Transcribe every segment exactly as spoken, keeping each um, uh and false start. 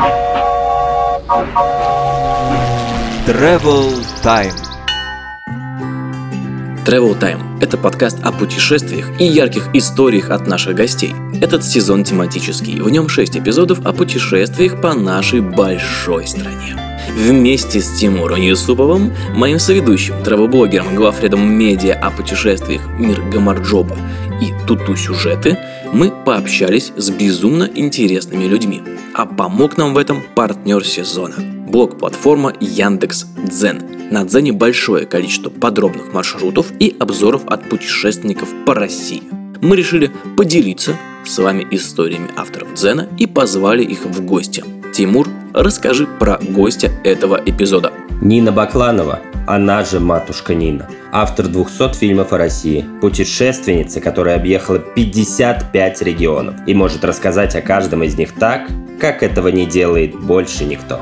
Travel Time. Travel Time – это подкаст о путешествиях и ярких историях от наших гостей. Этот сезон тематический, в нем шесть эпизодов о путешествиях по нашей большой стране. Вместе с Тимуром Юсуповым, моим соведущим, travel-блогером, главредом медиа о путешествиях «Мир Гамарджоба» и «Туту сюжеты», мы пообщались с безумно интересными людьми. А помог нам в этом партнер сезона – блог-платформа Яндекс.Дзен. На Дзене большое количество подробных маршрутов и обзоров от путешественников по России. Мы решили поделиться с вами историями авторов Дзена и позвали их в гости. Тимур, расскажи про гостя этого эпизода. Нина Бакланова, она же матушка Нина. Автор двухсот фильмов о России. Путешественница, которая объехала пятьдесят пять регионов и может рассказать о каждом из них так, как этого не делает больше никто.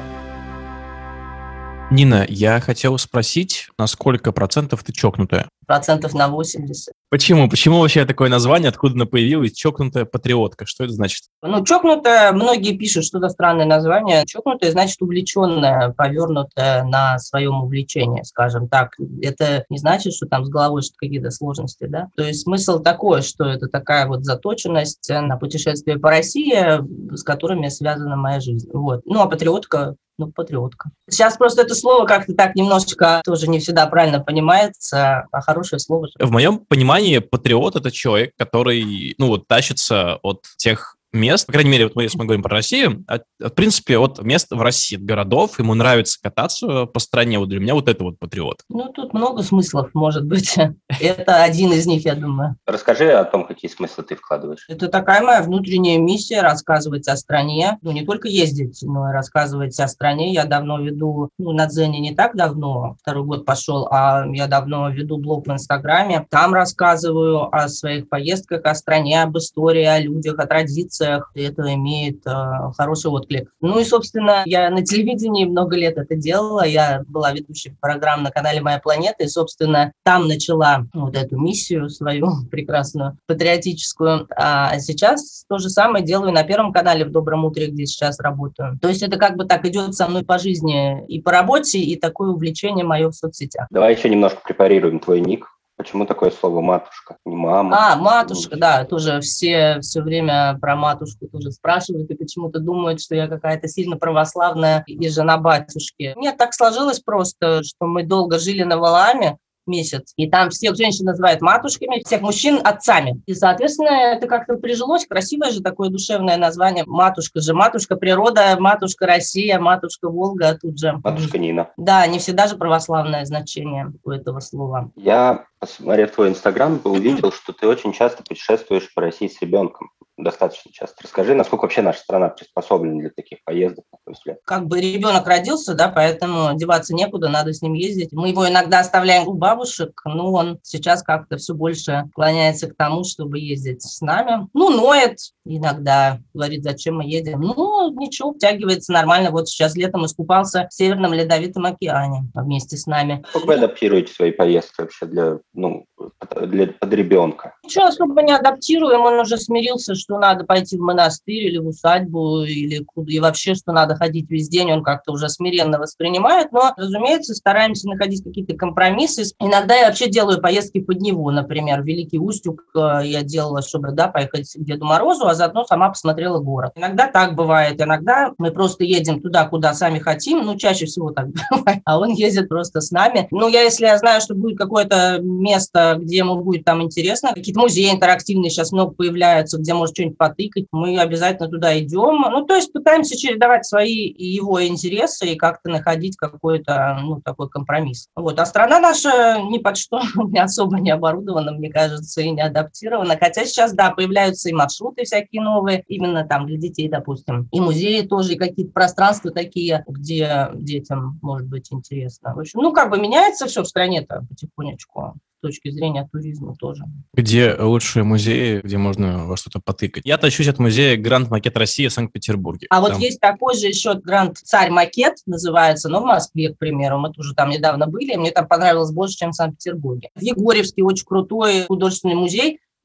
Нина, я хотел спросить, на сколько процентов ты чокнутая? Процентов на восемьдесят. Почему? Почему вообще такое название? Откуда оно появилось? Чокнутая патриотка. Что это значит? Ну, чокнутая, многие пишут, что это странное название. Чокнутая значит увлеченная, повернутая на своем увлечении, скажем так. Это не значит, что там с головой что-то какие-то сложности, да? То есть смысл такой, что это такая вот заточенность на путешествия по России, с которыми связана моя жизнь. Вот. Ну, а патриотка... Ну, патриотка. Сейчас просто это слово как-то так немножечко тоже не всегда правильно понимается, а хорошее слово же. В моем понимании патриот – это человек, который, ну, вот, тащится от тех мест, по крайней мере, вот мы, если мы говорим про Россию, от, в принципе, от мест в России, от городов, ему нравится кататься по стране. Вот для меня вот это вот патриот. Ну, тут много смыслов, может быть. Это один из них, я думаю. Расскажи о том, какие смыслы ты вкладываешь. Это такая моя внутренняя миссия – рассказывать о стране. Ну, не только ездить, но и рассказывать о стране. Я давно веду, ну, на Дзене не так давно, второй год пошел, а я давно веду блог в Инстаграме. Там рассказываю о своих поездках, о стране, об истории, о людях, о традициях. И это имеет э, хороший отклик. Ну и, собственно, я на телевидении много лет это делала. Я была ведущей программ на канале «Моя планета», и, собственно, там начала вот эту миссию свою прекрасную, патриотическую. А сейчас то же самое делаю на Первом канале в «Добром утре», где сейчас работаю. То есть это как бы так идет со мной по жизни и по работе, и такое увлечение мое в соцсетях. Давай еще немножко препарируем твой ник. Почему такое слово «матушка», не «мама»? А, матушка, да, тоже все все время про матушку тоже спрашивают и почему-то думают, что я какая-то сильно православная и жена батюшки. Нет, так сложилось просто, что мы долго жили на Валааме месяц, и там всех женщин называют матушками, всех мужчин отцами. И, соответственно, это как-то прижилось, красивое же такое душевное название. Матушка же, матушка природа, матушка Россия, матушка Волга, тут же. Матушка Нина. Да, не всегда же православное значение у этого слова. Я, посмотрев твой Инстаграм, увидел, что ты очень часто путешествуешь по России с ребенком. Достаточно часто. Расскажи, насколько вообще наша страна приспособлена для таких поездок, на твой взгляд? Как бы ребенок родился, да, поэтому деваться некуда, надо с ним ездить. Мы его иногда оставляем у бабушек, но он сейчас как-то все больше склоняется к тому, чтобы ездить с нами. Ну, ноет иногда, говорит, зачем мы едем. Ну, ничего, втягивается нормально. Вот сейчас летом искупался в Северном Ледовитом океане вместе с нами. Как вы адаптируете свои поездки вообще для, ну, для, под ребенка? Ничего особо не адаптируем, он уже смирился, что надо пойти в монастырь или в усадьбу, или куда, и вообще, что надо ходить весь день, он как-то уже смиренно воспринимает, но, разумеется, стараемся находить какие-то компромиссы. Иногда я вообще делаю поездки под него, например, в Великий Устюг я делала, чтобы, да, поехать к Деду Морозу, а заодно сама посмотрела город. Иногда так бывает, иногда мы просто едем туда, куда сами хотим, ну, чаще всего так бывает, а он ездит просто с нами. Ну, я, если я знаю, что будет какое-то место, где ему будет там интересно, какие-то музеи интерактивные сейчас много появляются, где может что-нибудь потыкать, мы обязательно туда идем. Ну, то есть пытаемся чередовать свои и его интересы и как-то находить какой-то, ну, такой компромисс. Вот. А страна наша ни под что не особо не оборудована, мне кажется, и не адаптирована. Хотя сейчас, да, появляются и маршруты всякие новые, именно там для детей, допустим. И музеи тоже, и какие-то пространства такие, где детям может быть интересно. В общем, ну, как бы меняется все в стране-то потихонечку. С точки зрения туризма тоже. Где лучшие музеи, где можно во что-то потыкать? Я тащусь от музея Гранд Макет России в Санкт-Петербурге. А там... вот есть такой же еще Гранд Царь Макет, называется, но в Москве, к примеру. Мы тоже там недавно были, мне там понравилось больше, чем в Санкт-Петербурге. В Егорьевске очень крутой художественный музей,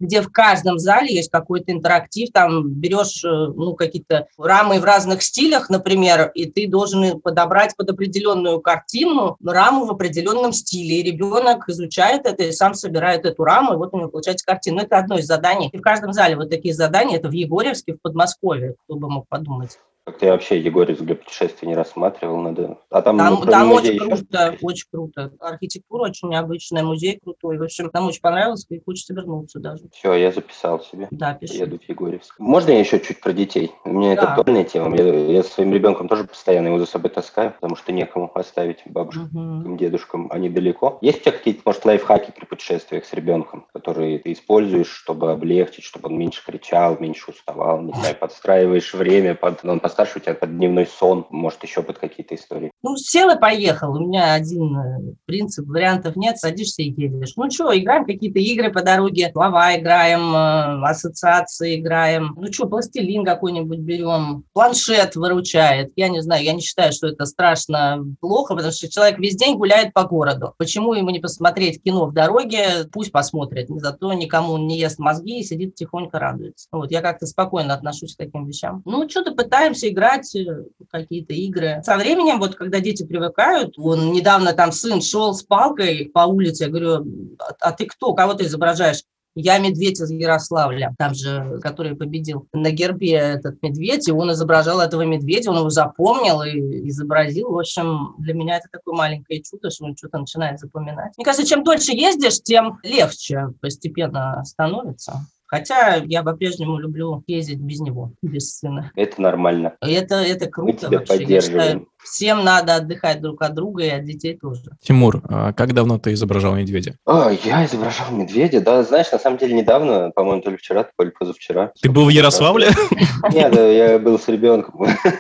где в каждом зале есть какой-то интерактив, там берешь ну, какие-то рамы в разных стилях, например, и ты должен подобрать под определенную картину раму в определенном стиле, и ребенок изучает это и сам собирает эту раму, и вот у него получается картина. Ну, это одно из заданий. И в каждом зале вот такие задания, это в Егорьевске, в Подмосковье, кто бы мог подумать. Как-то я вообще Егорьевск для путешествий не рассматривал, надо. А там, Там, ну, там очень еще круто, очень круто. Архитектура очень необычная, музей крутой. В общем, нам очень понравилось, и хочется вернуться даже. Все, я записал себе. Да, пиши. Еду в Егорьевск. Можно я еще чуть про детей? У меня Да. это актуальная тема. Я, я со своим ребенком тоже постоянно его за собой таскаю, потому что некому оставить бабушкам, Угу. дедушкам, они далеко. Есть у тебя какие-то, может, лайфхаки при путешествиях с ребенком, которые ты используешь, чтобы облегчить, чтобы он меньше кричал, меньше уставал, не знаю, подстраиваешь время, под, он постарше у тебя под дневной сон, может, еще под какие-то истории? Ну, сел и поехал. У меня один э, принцип, вариантов нет, садишься и едешь. Ну что, играем какие-то игры по дороге, слова играем, э, ассоциации играем. Ну что, пластилин какой-нибудь берем, планшет выручает. Я не знаю, я не считаю, что это страшно плохо, потому что человек весь день гуляет по городу. Почему ему не посмотреть кино в дороге? Пусть посмотрит. Зато никому он не ест мозги и сидит тихонько радуется. Вот, я как-то спокойно отношусь к таким вещам. Ну, что-то пытаемся играть, какие-то игры. Со временем, вот когда дети привыкают, он недавно там сын шел с палкой по улице, я говорю, а, а ты кто, кого ты изображаешь? Я медведь из Ярославля, там же, который победил на гербе этот медведь, и он изображал этого медведя, он его запомнил и изобразил. В общем, для меня это такое маленькое чудо, что он что-то начинает запоминать. Мне кажется, чем дольше ездишь, тем легче постепенно становится. Хотя я по-прежнему люблю ездить без него, без сына. Это нормально. Это, это Мы круто тебя вообще. Я поддерживаем. считаю, всем надо отдыхать друг от друга и от детей тоже. Тимур, а как давно ты изображал медведя? А, я изображал медведя, да, знаешь, на самом деле недавно, по-моему, то ли вчера, то ли позавчера. Ты был в Ярославле? Нет, я был с ребенком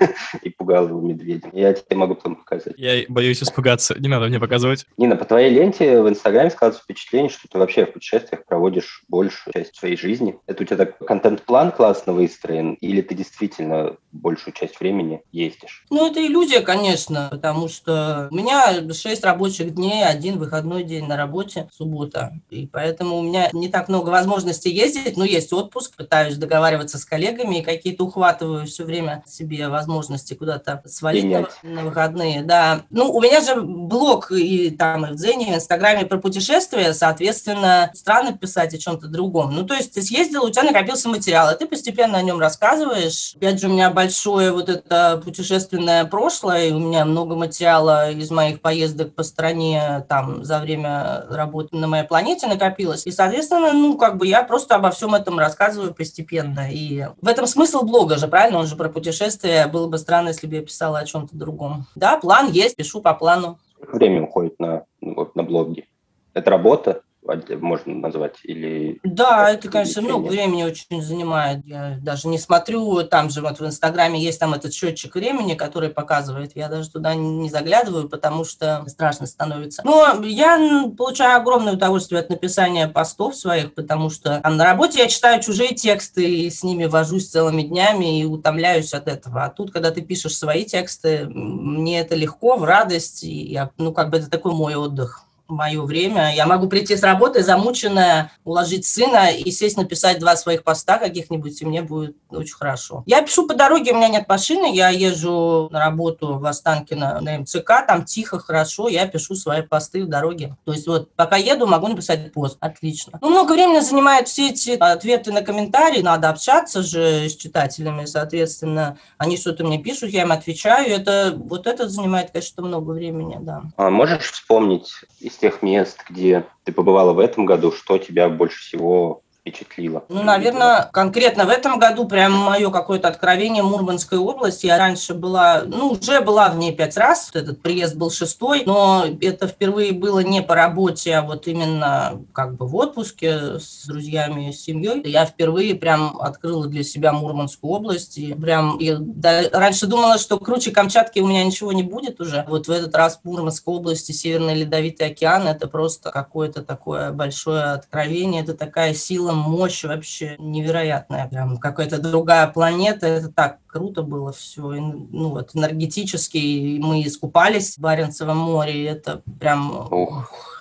и пугал его медведем. Я тебе могу потом показать. Я боюсь испугаться, не надо мне показывать. Нина, по твоей ленте в Инстаграме складывается впечатление, что ты вообще в путешествиях проводишь большую часть своей жизни. Это у тебя такой контент-план классно выстроен, или ты действительно большую часть времени ездишь? Ну, это иллюзия, конечно, потому что у меня шесть рабочих дней, один выходной день на работе, суббота. И поэтому у меня не так много возможностей ездить, но есть отпуск, пытаюсь договариваться с коллегами и какие-то ухватываю все время себе возможности куда-то свалить на, на выходные. Да. Ну, у меня же блог и там и в Дзене, и в Инстаграме про путешествия, соответственно, странно писать о чем-то другом. Ну, то есть ты съездил, у тебя накопился материал, и ты постепенно о нем рассказываешь. Опять же, у меня большое вот это путешественное прошлое, и у меня много материала из моих поездок по стране там за время работы на моей планете накопилось. И, соответственно, ну, как бы я просто обо всем этом рассказываю постепенно. И в этом смысл блога же, правильно? Он же про путешествия. Было бы странно, если бы я писала о чем-то другом. Да, план есть, пишу по плану. Сколько времени уходит на, вот, на блоге? Это работа? Можно назвать, или... Да, это, конечно, много времени очень занимает. Я даже не смотрю, там же вот в Инстаграме есть там этот счетчик времени, который показывает. Я даже туда не заглядываю, потому что страшно становится. Но я получаю огромное удовольствие от написания постов своих, потому что там на работе я читаю чужие тексты и с ними вожусь целыми днями и утомляюсь от этого. А тут, когда ты пишешь свои тексты, мне это легко, в радость. И я, ну, как бы это такой мой отдых. Мое время. Я могу прийти с работы замученная, уложить сына и сесть написать два своих поста каких-нибудь, и мне будет очень хорошо. Я пишу по дороге, у меня нет машины, я езжу на работу в Останкино на эм цэ ка, там тихо, хорошо, я пишу свои посты в дороге. То есть вот пока еду, могу написать пост. Отлично. Ну, много времени занимают все эти ответы на комментарии, надо общаться же с читателями, соответственно, они что-то мне пишут, я им отвечаю, это, вот это занимает, конечно, много времени, да. А можешь вспомнить из тех мест, где ты побывала в этом году, что тебя больше всего впечатлило? Ну, наверное, конкретно в этом году прям мое какое-то откровение Мурманской области. Я раньше была, ну, уже была в ней пять раз. Этот приезд был шестой, но это впервые было не по работе, а вот именно как бы в отпуске с друзьями и с семьей. Я впервые прям открыла для себя Мурманскую область. И прям я, да, раньше думала, что круче Камчатки у меня ничего не будет уже. Вот в этот раз в Мурманской области Северный Ледовитый океан – это просто какое-то такое большое откровение. Это такая сила, мощь вообще невероятная, прям какая-то другая планета, это так круто было все, ну вот энергетически, мы искупались в Баренцевом море, это прям... Ух.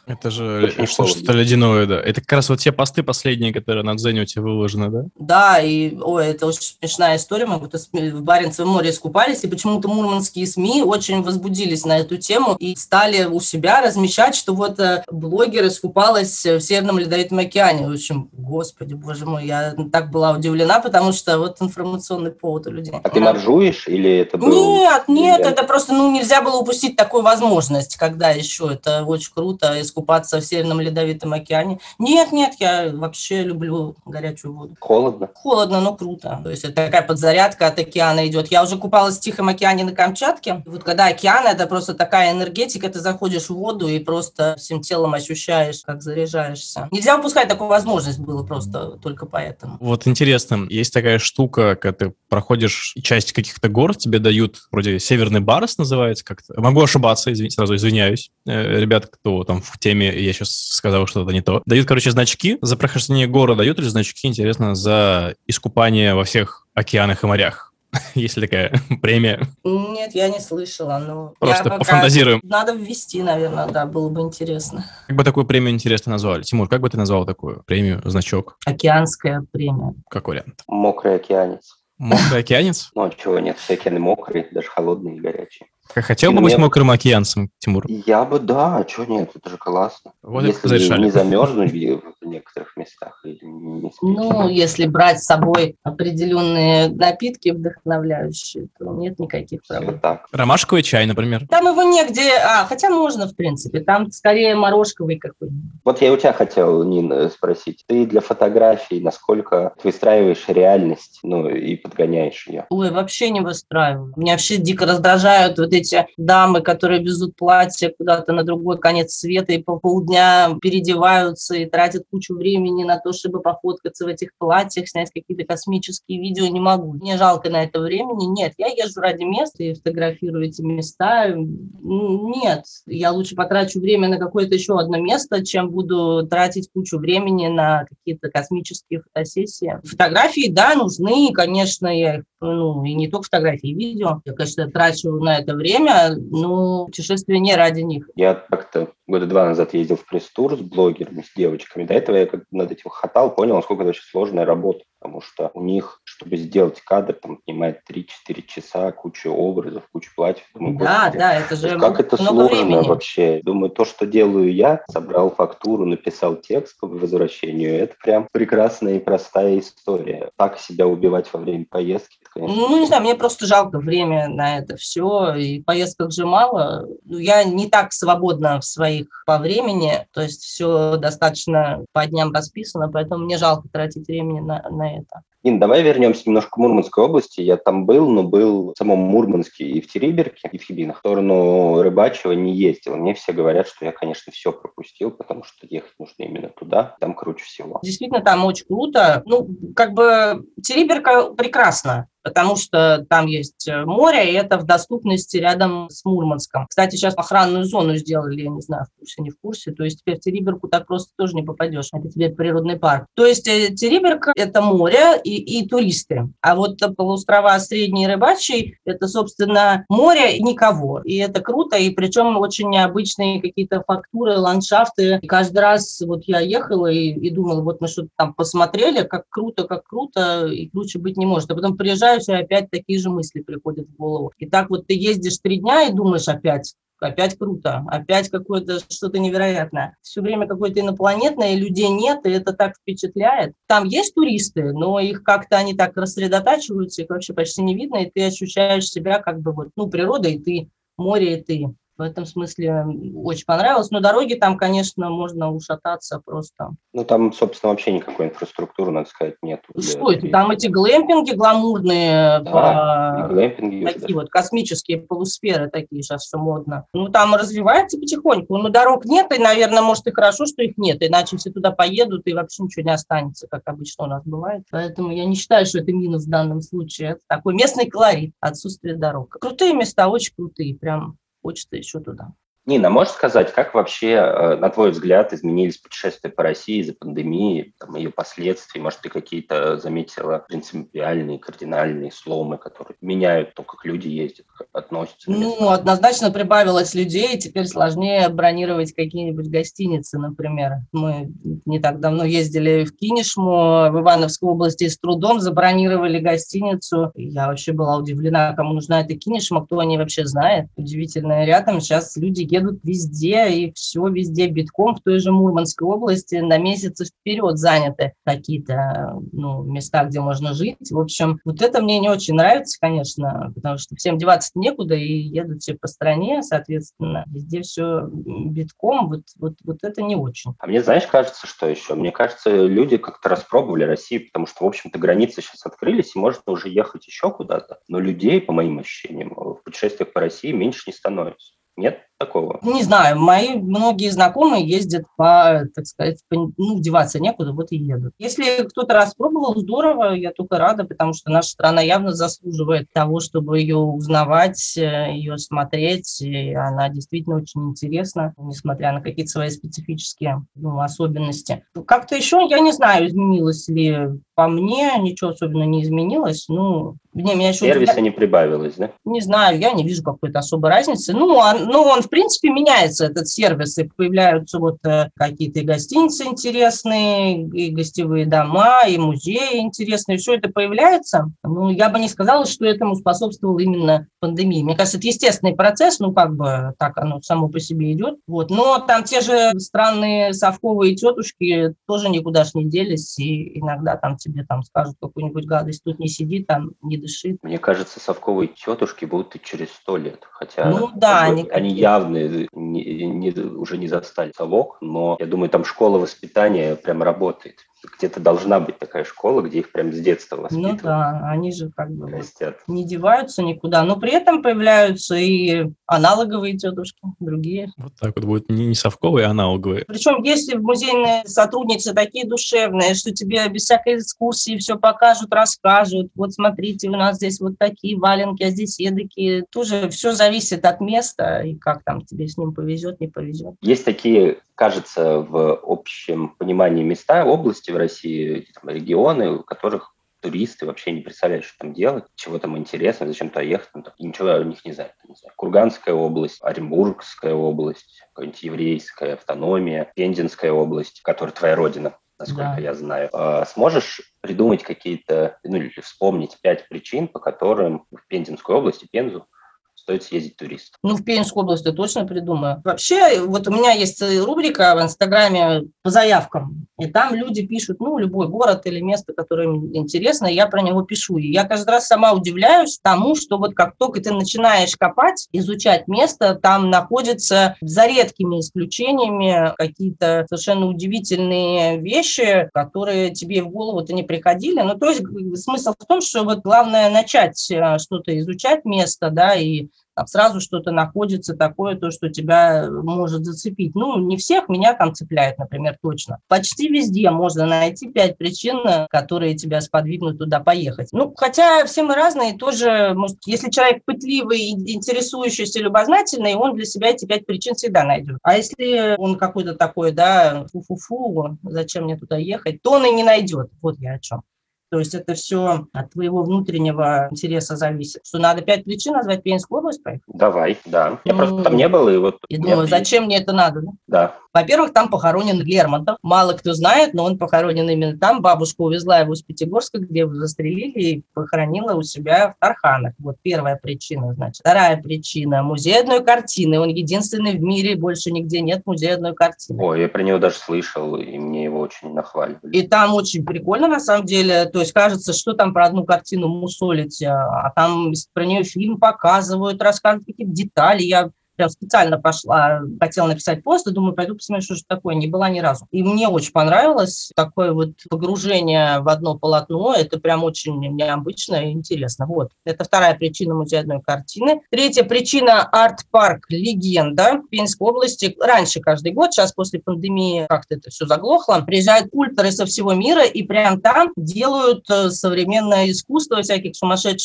Это же Очень что- холодно. что-то ледяное, да. Это как раз вот те посты последние, которые на Дзене у тебя выложены, да? Да, и, ой, это очень смешная история. Мы будто в Баренцевом море искупались, и почему-то мурманские СМИ очень возбудились на эту тему и стали у себя размещать, что вот э, блогер искупалась в Северном Ледовитом океане. В общем, господи, боже мой, я так была удивлена, потому что вот информационный повод у людей. А ты Да. моржуешь или это был... Нет, нет, Илья? это просто, ну, нельзя было упустить такую возможность, когда еще это очень круто, искупаться в Северном Ледовитом океане. Нет, нет, я вообще люблю горячую воду. Холодно? Холодно, но круто. То есть это такая подзарядка от океана идет. Я уже купалась в Тихом океане на Камчатке. Вот когда океан, это просто такая энергетика, ты заходишь в воду и просто всем телом ощущаешь, как заряжаешься. Нельзя упускать такую возможность было просто только поэтому. Вот интересно, есть такая штука, когда ты проходишь часть каких-то гор, тебе дают, вроде Северный Барс называется как-то. Могу ошибаться, извините, сразу извиняюсь. Э, Ребята, кто там в теме, я сейчас сказал что-то не то. Дают, короче, значки за прохождение горы, дают или значки, интересно, за искупание во всех океанах и морях. Есть ли такая премия? Нет, я не слышала, но... Просто я пока- пофантазируем. Надо ввести, наверное, да, было бы интересно. Как бы такую премию интересно назвали? Тимур, как бы ты назвал такую премию, значок, Океанская премия. как вариант? Мокрый океанец. Мокрый океанец? Ну, а чего нет? Все океаны мокрые, даже холодные и горячие. Как хотел И бы быть мне- мокрым океанцем, Тимур? Я бы, да, а чего нет? Это же классно. Вот это Если не, зарешали. не замерзнуть в некоторых местах или не спить. Ну, если брать с собой определенные напитки вдохновляющие, то нет никаких Всё проблем. так. Ромашковый чай, например. Там его негде, а, хотя можно, в принципе, там скорее морожковый какой-нибудь. Вот я у тебя хотел, Нина, спросить. Ты для фотографий насколько выстраиваешь реальность, ну, и подгоняешь ее? Ой, вообще не выстраиваю. Меня вообще дико раздражают вот эти дамы, которые везут платье куда-то на другой конец света и по полдня переодеваются и тратят кучу времени на то, чтобы пофоткаться в этих платьях, снять какие-то космические видео. Не могу. Мне жалко на это времени. Нет, я езжу ради места и фотографирую эти места. Нет, я лучше потрачу время на какое-то еще одно место, чем буду тратить кучу времени на какие-то космические фотосессии. Фотографии, да, нужны, конечно, я их, ну, и не только фотографии, и видео. Я, конечно, трачу на это время, но путешествие не ради них. Я как-то года два назад ездил в пресс-тур с блогерами, с девочками. До этого я как над этим хатал, понял, насколько это очень сложная работа, потому что у них, чтобы сделать кадр, там занимает три-четыре часа, куча образов, куча платьев. Думаю, Да, господи, да, это то же есть как это много сложно времени. вообще. Думаю, то, что делаю я, собрал фактуру, написал текст по возвращению, это прям прекрасная и простая история. Так себя убивать во время поездки, это, конечно, Ну, не знаю, мне просто жалко время на это все, и поездок же мало. Ну, я не так свободна в своих по времени, то есть все достаточно по дням расписано, поэтому мне жалко тратить времени на, на это. Нин, давай вернемся немножко к Мурманской области. Я там был, но был в самом Мурманске и в Териберке, и в Хибинах. В сторону Рыбачьего не ездил. Мне все говорят, что я, конечно, все пропустил, потому что ехать нужно именно туда. Там круче всего. Действительно, там очень круто. Ну, как бы Териберка прекрасна, потому что там есть море, и это в доступности рядом с Мурманском. Кстати, сейчас охранную зону сделали, я не знаю, в курсе, не в курсе. То есть теперь в Териберку так просто тоже не попадешь. Это теперь природный парк. То есть э, Териберка – это море и, и туристы. А вот полуострова Средний и Рыбачий – это, собственно, море и никого. И это круто, и причем очень необычные какие-то фактуры, ландшафты. И каждый раз вот я ехала и, и думала, вот мы что-то там посмотрели, как круто, как круто, и круче быть не может. А потом приезжаю, и опять такие же мысли приходят в голову. И так вот ты ездишь три дня и думаешь опять, опять круто, опять какое-то что-то невероятное. Все время какое-то инопланетное, людей нет, и это так впечатляет. Там есть туристы, но их как-то они так рассредотачиваются, их вообще почти не видно, и ты ощущаешь себя как бы вот, ну, природа и ты, море и ты. В этом смысле очень понравилось. Но дороги там, конечно, можно ушататься просто. Ну, там, собственно, вообще никакой инфраструктуры, надо сказать, нет. Что это? Там эти глэмпинги гламурные, Да, по... и глэмпинги, такие да. вот космические полусферы такие сейчас все модно. Ну, там развивается потихоньку. Но дорог нет, и, наверное, может, и хорошо, что их нет. Иначе все туда поедут, и вообще ничего не останется, как обычно у нас бывает. Поэтому я не считаю, что это минус в данном случае. Это такой местный колорит, отсутствие дорог. Крутые места, очень крутые, прям хочется еще туда. Нина, можешь сказать, как вообще, на твой взгляд, изменились путешествия по России из-за пандемии, там, ее последствий? Может, ты какие-то заметила принципиальные, кардинальные сломы, которые меняют то, как люди ездят, как относятся? Ну, однозначно прибавилось людей, теперь сложнее бронировать какие-нибудь гостиницы, например. Мы не так давно ездили в Кинешму, в Ивановской области, и с трудом забронировали гостиницу. Я вообще была удивлена, кому нужна эта Кинешма, кто о ней вообще знает. Удивительно. Рядом сейчас люди едут везде, и все везде битком. В той же Мурманской области на месяцы вперед заняты какие-то ну, места, где можно жить. В общем, вот это мне не очень нравится, конечно, потому что всем деваться некуда, и едут все по стране, соответственно, везде все битком. Вот, вот, вот это не очень. А мне, знаешь, кажется, что еще? Мне кажется, люди как-то распробовали Россию, потому что, в общем-то, границы сейчас открылись, и можно уже ехать еще куда-то. Но людей, по моим ощущениям, в путешествиях по России меньше не становится. Нет такого? Не знаю, мои многие знакомые ездят по, так сказать, по, ну, деваться некуда, вот и едут. Если кто-то распробовал, здорово, я только рада, потому что наша страна явно заслуживает того, чтобы ее узнавать, ее смотреть, и она действительно очень интересна, несмотря на какие-то свои специфические ну, особенности. Как-то еще, я не знаю, изменилось ли по мне, ничего особенно не изменилось, ну, не, меня еще сервиса удивляет. Не прибавилось, да? Не знаю, я не вижу какой-то особой разницы. Ну, он, ну, он в принципе, меняется, этот сервис, и появляются вот э, какие-то и гостиницы интересные, и гостевые дома, и музеи интересные, все это появляется. Ну, я бы не сказала, что этому способствовала именно пандемия. Мне кажется, это естественный процесс, ну, как бы так оно само по себе идет. Вот. Но там те же странные совковые тетушки тоже никуда ж не делись, и иногда там тебе там скажут какую-нибудь гадость, тут не сиди, там не дыши. Мне кажется, совковые тетушки будут и через сто лет, хотя ну, да, они, они явно не, не, уже не застали совок, но я думаю, там школа воспитания прям работает. Где-то должна быть такая школа, где их прям с детства воспитывают. Ну да, они же как бы растят. Не деваются никуда, но при этом появляются и аналоговые тетушки, другие. Вот так вот будет не совковые, а аналоговые. Причем если музейные сотрудницы такие душевные, что тебе без всякой экскурсии все покажут, расскажут. Вот смотрите, у нас здесь вот такие валенки, а здесь эдакие. Тоже все зависит от места и как там тебе с ним повезет, не повезет. Есть такие, кажется, в общем понимании места, области в России, там, регионы, в которых туристы вообще не представляют, что там делать, чего там интересно, зачем туда ехать, там, и ничего о них не знают. Не знаю. Курганская область, Оренбургская область, какая-нибудь еврейская автономия, Пензенская область, которая твоя родина, насколько да. я знаю. А сможешь придумать какие-то, ну или вспомнить пять причин, по которым в Пензенскую область и Пензу стоит съездить турист? Ну, в Пермскую область я точно придумаю. Вообще, вот у меня есть рубрика в Инстаграме по заявкам, и там люди пишут, ну, любой город или место, которое им интересно, и я про него пишу. И я каждый раз сама удивляюсь тому, что вот как только ты начинаешь копать, изучать место, там находятся, за редкими исключениями, какие-то совершенно удивительные вещи, которые тебе в голову-то не приходили. Ну, то есть смысл в том, что вот главное начать что-то изучать место, да, и там сразу что-то находится такое, то, что тебя может зацепить. Ну, не всех меня там цепляет, например, точно. Почти везде можно найти пять причин, которые тебя сподвигнут туда поехать. Ну, хотя все мы разные, тоже, может, если человек пытливый, интересующийся, любознательный, он для себя эти пять причин всегда найдет. А если он какой-то такой, да, фу-фу-фу, зачем мне туда ехать, то он и не найдет. Вот я о чем. То есть это все от твоего внутреннего интереса зависит. Что надо пять причин назвать Пензенскую область поехать? Давай, да. Я ну, просто там не был, и вот... Я думаю, зачем мне это надо? Да? Да. Во-первых, там похоронен Лермонтов. Мало кто знает, но он похоронен именно там. Бабушка увезла его из Пятигорска, где его застрелили, и похоронила у себя в Тарханах. Вот первая причина, значит. Вторая причина – музей одной картины. Он единственный в мире, больше нигде нет музея одной картины. Ой, я про него даже слышал, и мне его очень нахваливали. И там очень прикольно, на самом деле. То есть кажется, что там про одну картину мусолить, а там про нее фильм показывают, рассказывают какие-то детали. Я прям специально пошла, хотела написать пост, и думаю, пойду посмотрю, что же такое, не была ни разу. И мне очень понравилось такое вот погружение в одно полотно, это прям очень необычно и интересно. Вот, это вторая причина музея одной картины. Третья причина – арт-парк «Легенда» в Пензенской области. Раньше каждый год, сейчас после пандемии как-то это все заглохло, приезжают скульпторы со всего мира и прям там делают современное искусство всяких сумасшедших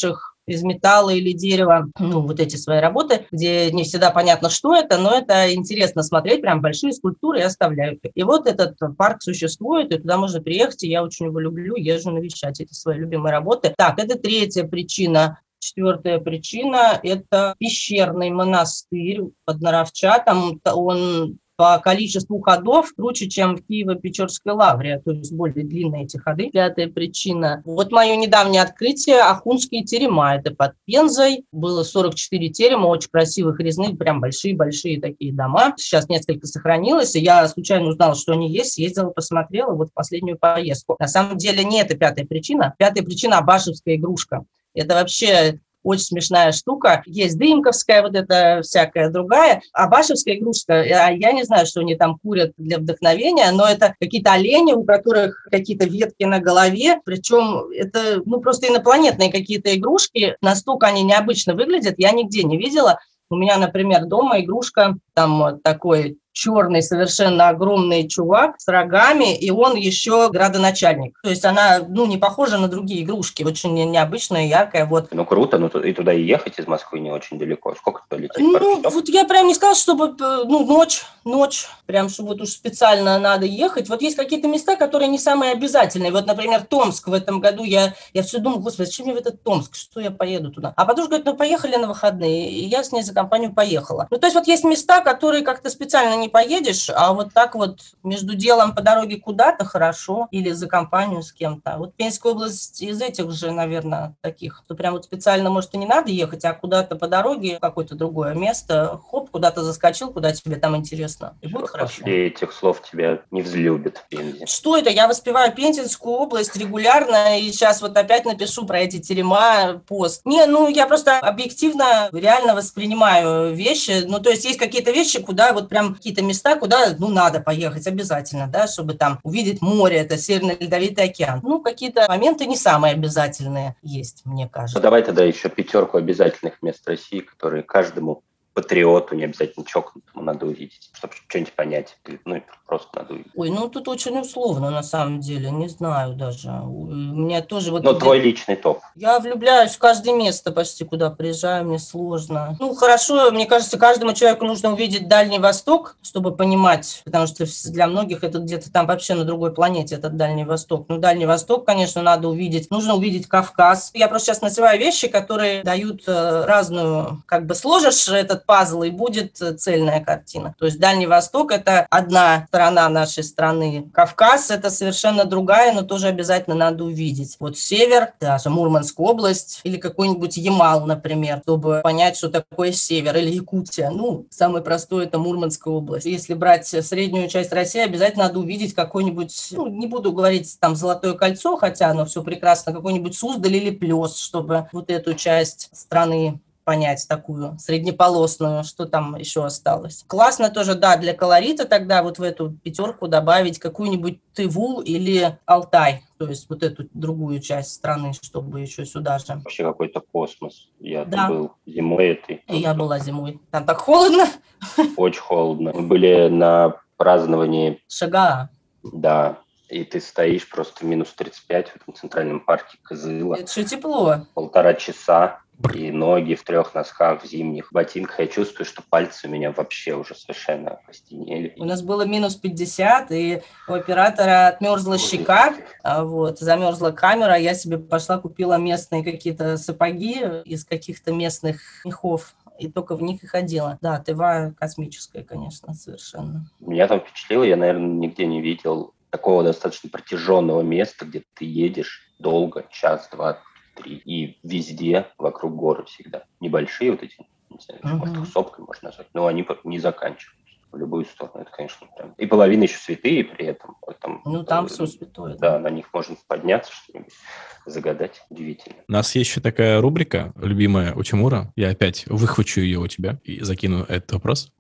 из металла или дерева, ну, вот эти свои работы, где не всегда понятно, что это, но это интересно смотреть, прям большие скульптуры и оставляют. И вот этот парк существует, и туда можно приехать, и я очень его люблю, езжу навещать эти свои любимые работы. Так, это третья причина. Четвертая причина – это пещерный монастырь под Наровчатом. Он по количеству ходов круче, чем в Киево-Печерской лавре, то есть более длинные эти ходы. Пятая причина. Вот мое недавнее открытие – Ахунские терема. Это под Пензой. Было сорок четыре терема, очень красивых, резных, прям большие-большие такие дома. Сейчас несколько сохранилось, и я случайно узнала, что они есть, съездила, посмотрела вот в последнюю поездку. На самом деле не это пятая причина. Пятая причина – абашевская игрушка. Это вообще очень смешная штука. Есть дымковская, вот эта всякая другая. Абашевская игрушка, я не знаю, что они там курят для вдохновения, но это какие-то олени, у которых какие-то ветки на голове. Причем это ну, просто инопланетные какие-то игрушки. Настолько они необычно выглядят, я нигде не видела. У меня, например, дома игрушка, там такой черный, совершенно огромный чувак с рогами, и он еще градоначальник. То есть она, ну, не похожа на другие игрушки, очень необычная, яркая, вот. Ну, круто, но и туда и ехать из Москвы не очень далеко. Сколько туда лететь? Ну, вот я прям не сказала, чтобы, ну, ночь, ночь, прям, чтобы вот уж специально надо ехать. Вот есть какие-то места, которые не самые обязательные. Вот, например, Томск в этом году, я, я все думала, господи, зачем мне в этот Томск, что я поеду туда? А подружка говорит, ну, поехали на выходные, и я с ней за компанию поехала. Ну, то есть вот есть места, которые как-то специально не поедешь, а вот так вот между делом по дороге куда-то хорошо или за компанию с кем-то. Вот Пензенская область из этих же, наверное, таких, что прям вот специально, может, и не надо ехать, а куда-то по дороге, в какое-то другое место, хоп, куда-то заскочил, куда тебе там интересно. И будет хорошо. После этих слов тебя не взлюбят в Пензе. Что это? Я воспеваю Пензенскую область регулярно, и сейчас вот опять напишу про эти терема пост. Не, ну, я просто объективно реально воспринимаю вещи. Ну, то есть есть какие-то вещи, куда вот прям какие-то места, куда, ну, надо поехать обязательно, да, чтобы там увидеть море, это Северный Ледовитый океан. Ну, какие-то моменты не самые обязательные есть, мне кажется. Ну, давай тогда еще пятерку обязательных мест России, которые каждому патриоту, не обязательно чокнутому, надо увидеть, чтобы что-нибудь понять. Ну, и просто надо увидеть. Ой, ну тут очень условно, на самом деле, не знаю даже. У меня тоже вот... Но твой личный топ. Я влюбляюсь в каждое место почти, куда приезжаю, мне сложно. Ну, хорошо, мне кажется, каждому человеку нужно увидеть Дальний Восток, чтобы понимать, потому что для многих это где-то там вообще на другой планете, этот Дальний Восток. Ну, Дальний Восток, конечно, надо увидеть. Нужно увидеть Кавказ. Я просто сейчас называю вещи, которые дают разную, как бы сложишь этот пазл, и будет цельная картина. То есть Дальний Восток – это одна сторона нашей страны. Кавказ – это совершенно другая, но тоже обязательно надо увидеть. Вот север, даже Мурманская область или какой-нибудь Ямал, например, чтобы понять, что такое север, или Якутия. Ну, самый простой – это Мурманская область. Если брать среднюю часть России, обязательно надо увидеть какой-нибудь, ну, не буду говорить там Золотое кольцо, хотя оно все прекрасно, какой-нибудь Суздаль или Плес, чтобы вот эту часть страны понять, такую среднеполосную, что там еще осталось. Классно тоже, да, для колорита тогда вот в эту пятерку добавить какую-нибудь Тыву или Алтай, то есть вот эту другую часть страны, чтобы еще сюда же. Вообще какой-то космос. Я Да. там был зимой этой. И я была зимой. Там так холодно. Очень холодно. Мы были на праздновании, Шага. да, и ты стоишь просто в минус тридцать пять в этом центральном парке Кызыла. Это же тепло. Полтора часа. И ноги в трех носках, в зимних ботинках. Я чувствую, что пальцы у меня вообще уже совершенно окостенели. У нас было минус пятьдесят, и у оператора отмерзла щека, а вот, замерзла камера. Я себе пошла, купила местные какие-то сапоги из каких-то местных мехов, и только в них и ходила. Да, Тыва космическая, конечно, совершенно. Меня там впечатлило, я, наверное, нигде не видел такого достаточно протяженного места, где ты едешь долго, час, два, три, и везде вокруг горы всегда. Небольшие вот эти, не знаю, uh-huh. может, сопкой можно назвать, но они не заканчиваются в любую сторону. Это, конечно, прям... И половина еще святые при этом. Там, ну, там э, все святое. Да, да, на них можно подняться, что-нибудь загадать. Удивительно. У нас есть еще такая рубрика, любимая у Тимура. Я опять выхвачу ее у тебя и закину этот вопрос.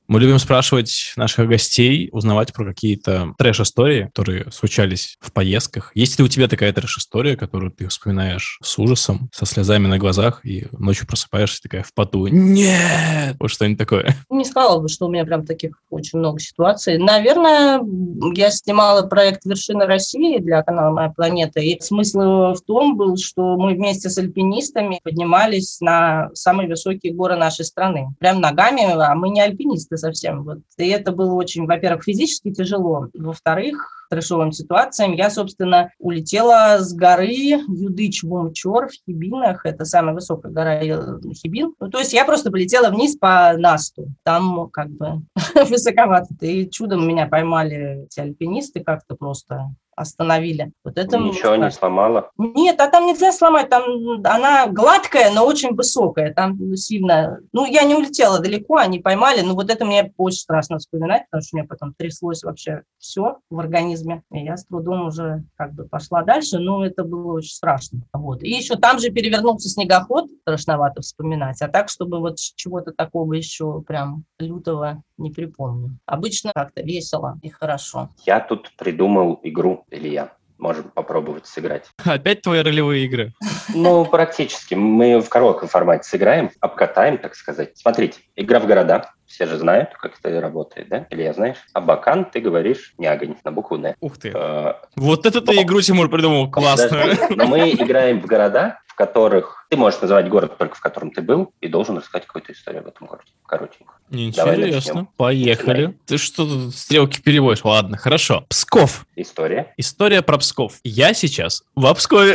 Мы любим спрашивать наших гостей, узнавать про какие-то трэш-истории, которые случались в поездках. Есть ли у тебя такая трэш-история, которую ты вспоминаешь с ужасом, со слезами на глазах, и ночью просыпаешься такая в поту? Нет! Вот что-нибудь такое. Не сказала бы, что у меня прям таких очень много ситуаций. Наверное, я снимала проект «Вершина России» для канала «Моя планета», и смысл в том был, что мы вместе с альпинистами поднимались на самые высокие горы нашей страны. Прям ногами, а мы не альпинисты совсем. Вот. И это было очень, во-первых, физически тяжело. Во-вторых, трэшовым ситуациям. Я, собственно, улетела с горы Юдыч-Вумчор в Хибинах. Это самая высокая гора Хибин. Ну, то есть я просто полетела вниз по Насту. Там как бы высоковато. И чудом меня поймали эти альпинисты как-то просто остановили. Вот это Ничего не сломала? Нет, а там нельзя сломать. Там она гладкая, но очень высокая. Там сильно... Ну, я не улетела далеко, они поймали. Но вот это мне очень страшно вспоминать, потому что у меня потом тряслось вообще все в организме. И я с трудом уже как бы пошла дальше, но это было очень страшно. Вот. И еще там же перевернулся снегоход, страшновато вспоминать. А так, чтобы вот чего-то такого еще прям лютого не припомню. Обычно как-то весело и хорошо. Я тут придумал игру, Илья. Можем попробовать сыграть. Опять твои ролевые игры? Ну, практически. Мы в коротком формате сыграем, обкатаем, так сказать. Смотрите, игра в города. Все же знают, как это работает, да? Илья, знаешь? Абакан, ты говоришь, не огонь, на букву «Н». Ух ты. А, Вот это ты игру, Тимур, придумал. Классную. Но мы играем в города, в которых... Ты можешь называть город только в котором ты был, и должен рассказать какую-то историю об этом городе. Коротенько. Интересно. Поехали. Ты что тут стрелки переводишь? Ладно, хорошо. Псков. История. История про Псков. Я сейчас в Пскове.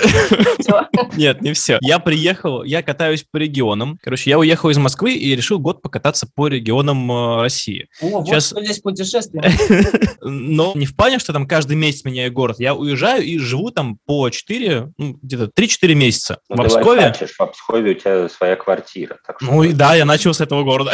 Нет, не все. Я приехал, я катаюсь по регионам. Короче, я уехал из Москвы и решил год покататься по регионам э, России. О, Сейчас... вот что здесь путешествие. Но не в плане, что там каждый месяц меняю город. Я уезжаю и живу там по четыре, ну, где-то три-четыре месяца. Ну, в ты Пскове... лайфхачишь, в Пскове у тебя своя квартира. Так что... Ну и да, я начал с этого города.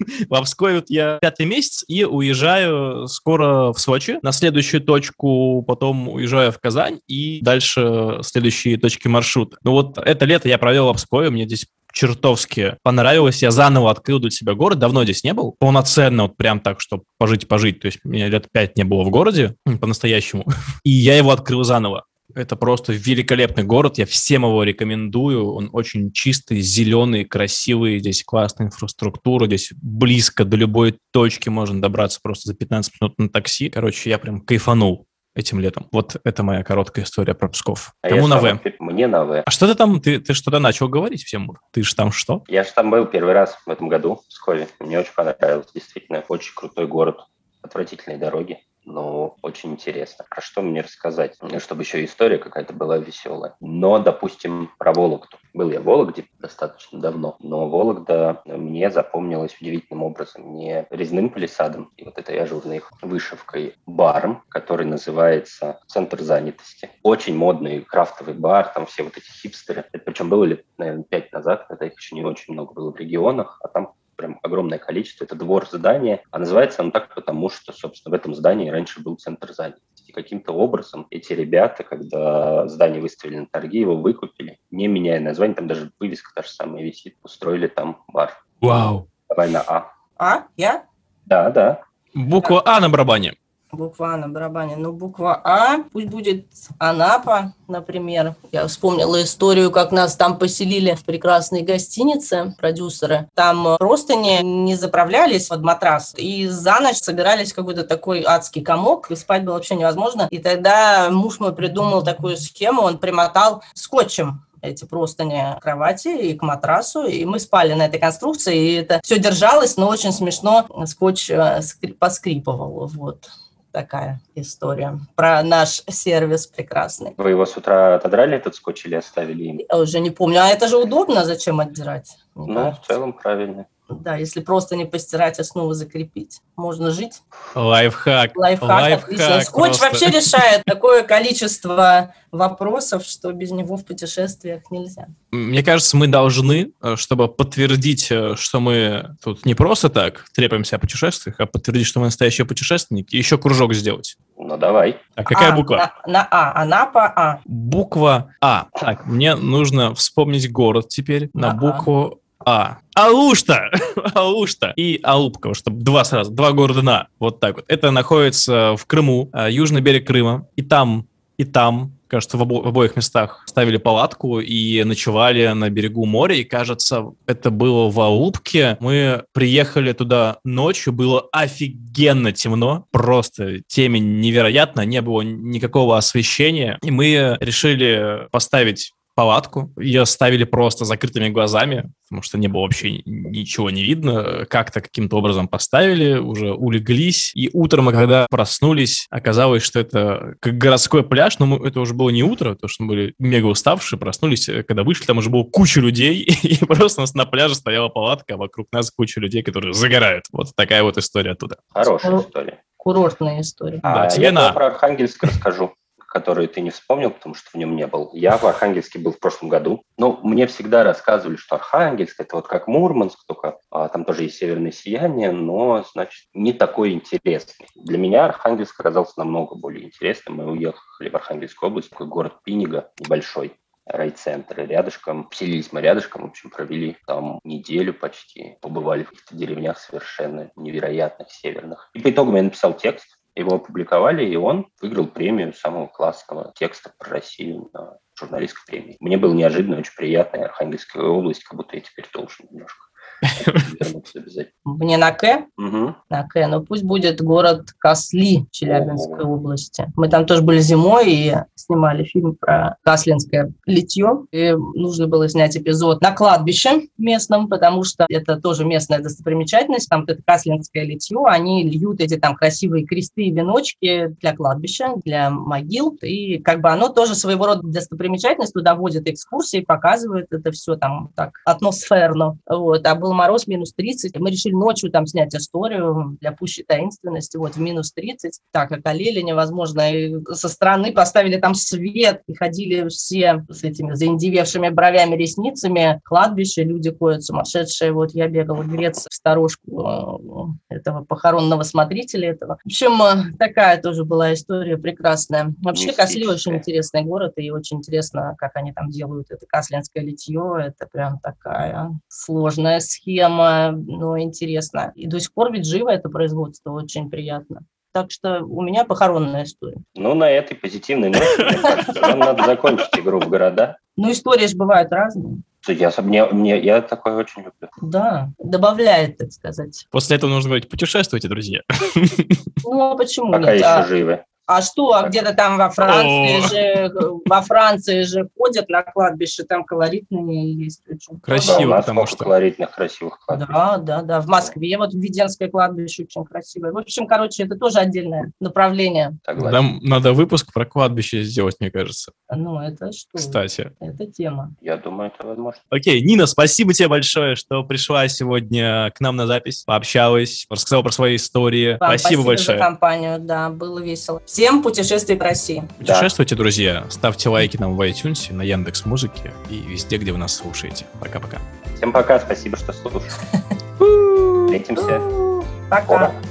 В Пскове вот я пятый месяц и уезжаю скоро в Сочи. На следующую точку потом уезжаю в Казань и дальше следующие точки маршрута. Ну вот это лето я провел в Пскове, мне здесь чертовски понравилось. Я заново открыл для себя город. Давно здесь не был. Полноценно, вот прям так, чтобы пожить-пожить. То есть меня лет пять не было в городе по-настоящему. И я его открыл заново. Это просто великолепный город, я всем его рекомендую. Он очень чистый, зеленый, красивый. Здесь классная инфраструктура, здесь близко до любой точки можно добраться просто за пятнадцать минут на такси. Короче, я прям кайфанул этим летом. Вот это моя короткая история про Псков. А Кому я на сам, В? Мне на В. А что ты там, ты, ты что-то начал говорить, Тимур? Ты же там что? Я же там был первый раз в этом году в Пскове. Мне очень понравилось. Действительно, очень крутой город. Отвратительные дороги. Но очень интересно. А что мне рассказать? Чтобы еще история какая-то была веселая. Но, допустим, про Вологду. Был я в Вологде достаточно давно, но Вологда мне запомнилась удивительным образом. Не резным палисадом, и вот это я жил на их вышивкой, баром, который называется «Центр занятости». Очень модный крафтовый бар, там все вот эти хипстеры. Это причем было лет, наверное, пять назад, когда их еще не очень много было в регионах, а там прям огромное количество. Это двор здания. А называется оно так, потому что, собственно, в этом здании раньше был центр занятости. И каким-то образом эти ребята, когда здание выставили на торги, его выкупили, не меняя название, там даже вывеска та же самая висит, устроили там бар. Вау. Давай на А. А? Я? Да, да. Буква А на барабане. Буква А на барабане. Ну, буква А, пусть будет Анапа, например. Я вспомнила историю, как нас там поселили в прекрасной гостинице, продюсеры. Там простыни не заправлялись под матрас, и за ночь собирались какой-то такой адский комок, и спать было вообще невозможно. И тогда муж мой придумал такую схему, он примотал скотчем эти простыни к кровати и к матрасу, и мы спали на этой конструкции, и это все держалось, но очень смешно скотч поскрипывал, вот. Такая история про наш сервис прекрасный. Вы его с утра отодрали, этот скотч, или оставили им? Я уже не помню. А это же удобно, зачем отдирать? Ну, кажется. В целом правильно. Да, если просто не постирать, а снова закрепить. Можно жить. Лайфхак. Лайфхак, Лайфхак отлично. Скотч просто. вообще решает такое количество вопросов, что без него в путешествиях нельзя. Мне кажется, мы должны, чтобы подтвердить, что мы тут не просто так трепаемся о путешествиях, а подтвердить, что мы настоящие путешественники, еще кружок сделать. Ну, давай. А какая а, буква? На, на А. Анапа А. Буква А. Так, мне нужно вспомнить город теперь на, На букву А. Алушта! Алушта и Алупка, чтобы два сразу, два города на, вот так вот. Это находится в Крыму, южный берег Крыма, и там, и там, кажется, в, обо- в обоих местах ставили палатку и ночевали на берегу моря, и, кажется, это было в Алупке. Мы приехали туда ночью, было офигенно темно, просто темень невероятно, не было никакого освещения, и мы решили поставить палатку. Ее ставили просто закрытыми глазами, потому что не было вообще ничего не видно. Как-то каким-то образом поставили, уже улеглись. И утром, когда проснулись, оказалось, что это как городской пляж, но мы, это уже было не утро, потому что мы были мега уставшие, проснулись, когда вышли, там уже было куча людей, и просто у нас на пляже стояла палатка, а вокруг нас куча людей, которые загорают. Вот такая вот история оттуда. Хорошая история. Курортная история. А, Да, тебе я на. про Архангельск расскажу, который ты не вспомнил, потому что в нем не был. Я в Архангельске был в прошлом году. Ну, мне всегда рассказывали, что Архангельск – это вот как Мурманск, только а, там тоже есть северное сияние, но, значит, не такой интересный. Для меня Архангельск оказался намного более интересным. Мы уехали в Архангельскую область, такой город Пинига, небольшой райцентр. И рядышком, поселились мы рядышком, в общем, провели там неделю почти. Побывали в каких-то деревнях совершенно невероятных, северных. И по итогам я написал текст. Его опубликовали, и он выиграл премию самого классного текста про Россию на журналистской премии. Мне было неожиданно, очень приятно. Архангельская область, как будто я теперь должен немножко вернуться обязательно. Мне на К? Угу. На К, но пусть будет город Касли Челябинской области. Мы там тоже были зимой и снимали фильм про каслинское литье. И нужно было снять эпизод на кладбище местном, потому что это тоже местная достопримечательность. Там это каслинское литье. Они льют эти там красивые кресты и веночки для кладбища, для могил. И как бы оно тоже своего рода достопримечательность. Туда водят экскурсии, показывают это все там так атмосферно. Вот. А был мороз минус тридцать. Мы решили ночью там снять историю для пущей таинственности. Вот в минус тридцать. Так, околели невозможно. И со стороны поставили там свет. И ходили все с этими заиндевевшими бровями, ресницами. Кладбище, люди ходят сумасшедшие. Вот я бегала греться в сторожку этого похоронного смотрителя этого. В общем, такая тоже была история прекрасная. Вообще, Касли очень интересный город. И очень интересно, как они там делают это каслинское литье. Это прям такая сложная схема, но интересно. И до сих пор ведь живо это производство, очень приятно. Так что у меня похоронная история. Ну, на этой позитивной ноте, мне кажется, нам надо закончить игру в города. Ну, истории же бывают разные. Я, мне, мне, я такое очень люблю. Да, добавляет, так сказать. После этого нужно говорить: путешествуйте, друзья. Ну, а почему Пока нет? еще А, живы. а что, а где-то там во Франции О. же, во Франции же ходят на кладбище, там колоритные есть очень. Красиво, Да, у нас потому сколько что- колоритных, красивых кладбищ. Да, да, да. В Москве вот Введенское кладбище очень красивое. В общем, короче, это тоже отдельное направление. Согласен. Нам надо выпуск про кладбище сделать, мне кажется. Ну, это что? Кстати. Это тема. Я думаю, это возможно. Окей, Нина, спасибо тебе большое, что пришла сегодня к нам на запись, пообщалась, рассказала про свои истории. Вам Спасибо большое. за компанию, да, было весело. Всем путешествий по России. Путешествуйте, друзья. Ставьте лайки нам в iTunes, на Яндекс.Музыке и везде, где вы нас слушаете. Пока-пока. Всем пока, спасибо, что слушали. Встретимся. Пока. Скоро.